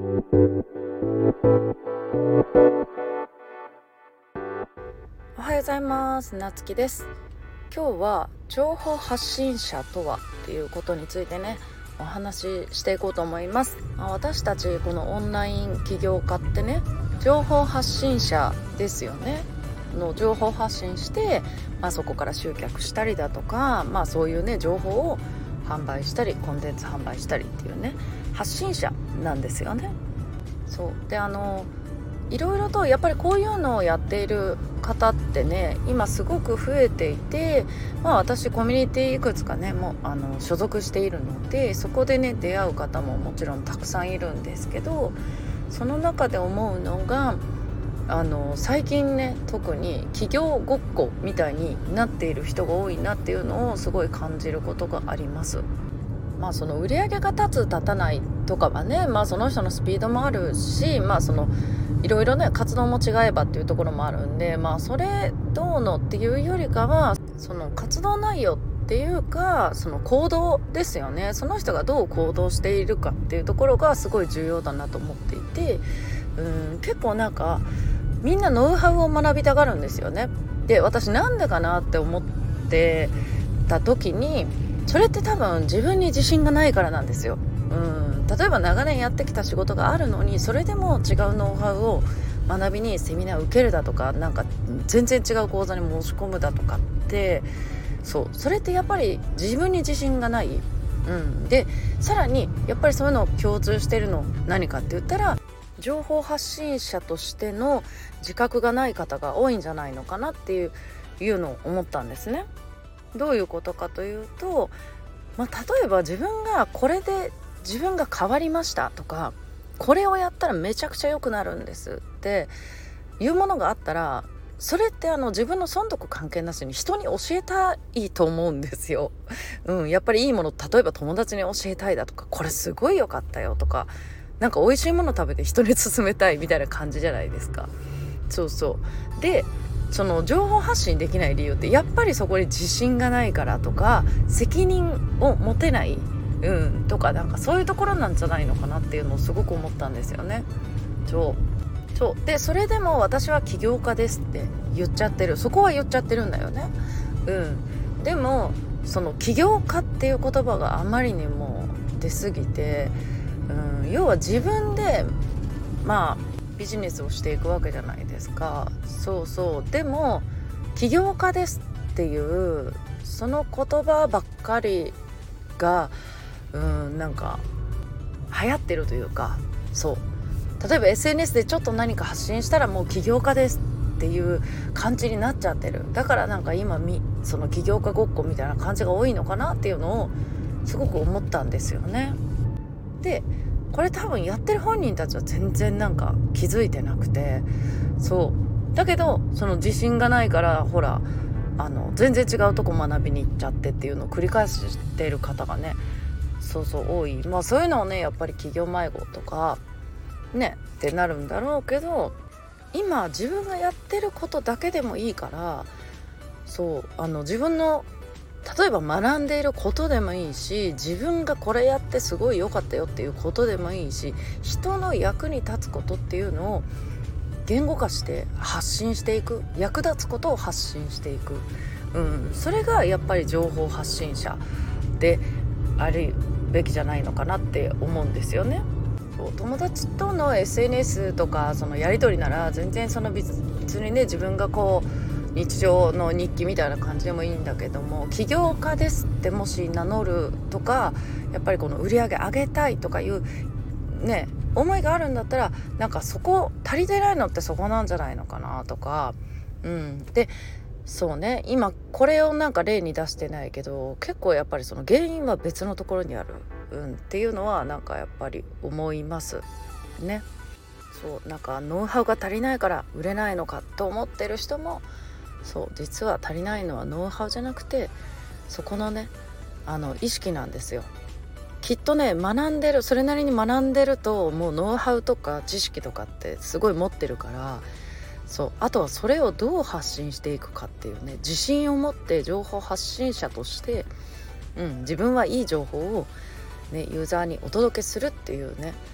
おはようございます。なつきです。今日は情報発信者とはっていうことについてね、お話ししていこうと思います。私たちこのオンライン起業家ってね、情報発信者ですよね。の情報発信して、そこから集客したりだとか、そういうね情報を販売したりコンテンツ販売したりっていうね発信者なんですよね。そうでいろいろとやっぱりこういうのをやっている方ってね今すごく増えていて、私コミュニティいくつかねもう所属しているので、そこでね出会う方ももちろんたくさんいるんですけど、その中で思うのが最近ね特に企業ごっこみたいになっている人が多いなっていうのをすごい感じることがあります。その売り上げが立つ立たないとかはね、その人のスピードもあるし、そのいろいろね活動も違えばっていうところもあるんで、それどうのっていうよりかはその活動内容っていうかその行動ですよね。その人がどう行動しているかっていうところがすごい重要だなと思っていて、結構なんかみんなノウハウを学びたがるんですよね。で、私なんでかなって思ってた時に、それって多分自分に自信がないからなんですよ。例えば長年やってきた仕事があるのに、それでも違うノウハウを学びにセミナー受けるだとか、なんか全然違う講座に申し込むだとかって、それってやっぱり自分に自信がない。でさらにやっぱりそういうのを共通してるの何かって言ったら、情報発信者としての自覚がない方が多いんじゃないのかなっていうのを思ったんですね。どういうことかというと、例えば自分がこれで自分が変わりましたとか、これをやったらめちゃくちゃ良くなるんですっていうものがあったら、それって自分の損得関係なしに人に教えたいと思うんですよ。やっぱりいいもの、例えば友達に教えたいだとか、これすごい良かったよとか、なんか美味しいもの食べて人に勧めたいみたいな感じじゃないですか。でその情報発信できない理由ってやっぱりそこに自信がないからとか、責任を持てない、とか、なんかそういうところなんじゃないのかなっていうのをすごく思ったんですよね。でそれでも私は起業家ですって言っちゃってる、そこは言っちゃってるんだよね。でもその起業家っていう言葉があまりにも出過ぎて、要は自分でビジネスをしていくわけじゃないですか。でも起業家ですっていうその言葉ばっかりがなんか流行ってるというか、例えば SNS でちょっと何か発信したらもう起業家ですっていう感じになっちゃってる。だからなんか今その起業家ごっこみたいな感じが多いのかなっていうのをすごく思ったんですよね。でこれ多分やってる本人たちは全然なんか気づいてなくて、だけどその自信がないからほら全然違うとこ学びに行っちゃってっていうのを繰り返している方がね多い。そういうのをねやっぱり企業迷子とかねってなるんだろうけど、今自分がやってることだけでもいいから、自分の例えば学んでいることでもいいし、自分がこれやってすごい良かったよっていうことでもいいし、人の役に立つことっていうのを言語化して発信していく、役立つことを発信していく、それがやっぱり情報発信者であるべきじゃないのかなって思うんですよね。友達との SNS とかそのやり取りなら全然その別にね自分がこう日常の日記みたいな感じでもいいんだけども、起業家ですってもし名乗るとか、やっぱりこの売り上げ上げたいとかいうね思いがあるんだったら、なんかそこ足りてないのってそこなんじゃないのかなとか、で今これをなんか例に出してないけど、結構やっぱりその原因は別のところにある、っていうのはなんかやっぱり思いますね。なんかノウハウが足りないから売れないのかと思ってる人も、実は足りないのはノウハウじゃなくて、そこのね意識なんですよ。きっとねそれなりに学んでると、もうノウハウとか知識とかってすごい持ってるから、あとはそれをどう発信していくかっていうね、自信を持って情報発信者として、自分はいい情報を、ユーザーにお届けするっていうね、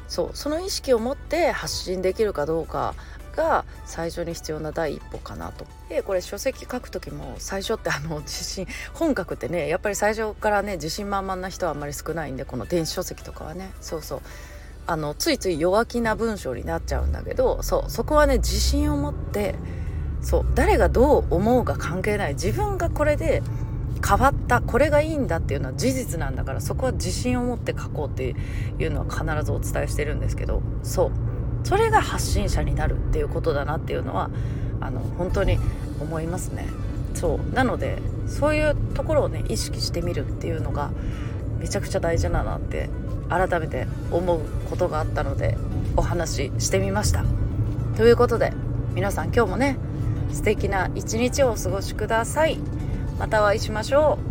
その意識を持って発信できるかどうかが最初に必要な第一歩かなと。でこれ書籍書く時も最初って自信本書くってねやっぱり最初からね自信満々な人はあんまり少ないんで、この電子書籍とかはねついつい弱気な文章になっちゃうんだけど、そこはね自信を持って、誰がどう思うか関係ない、自分がこれで変わった、これがいいんだっていうのは事実なんだから、そこは自信を持って書こうっていうのは必ずお伝えしてるんですけど、それが発信者になるっていうことだなっていうのは本当に思いますね。なのでそういうところをね意識してみるっていうのがめちゃくちゃ大事だなって改めて思うことがあったのでお話ししてみました。ということで皆さん今日もね素敵な一日をお過ごしください。またお会いしましょう。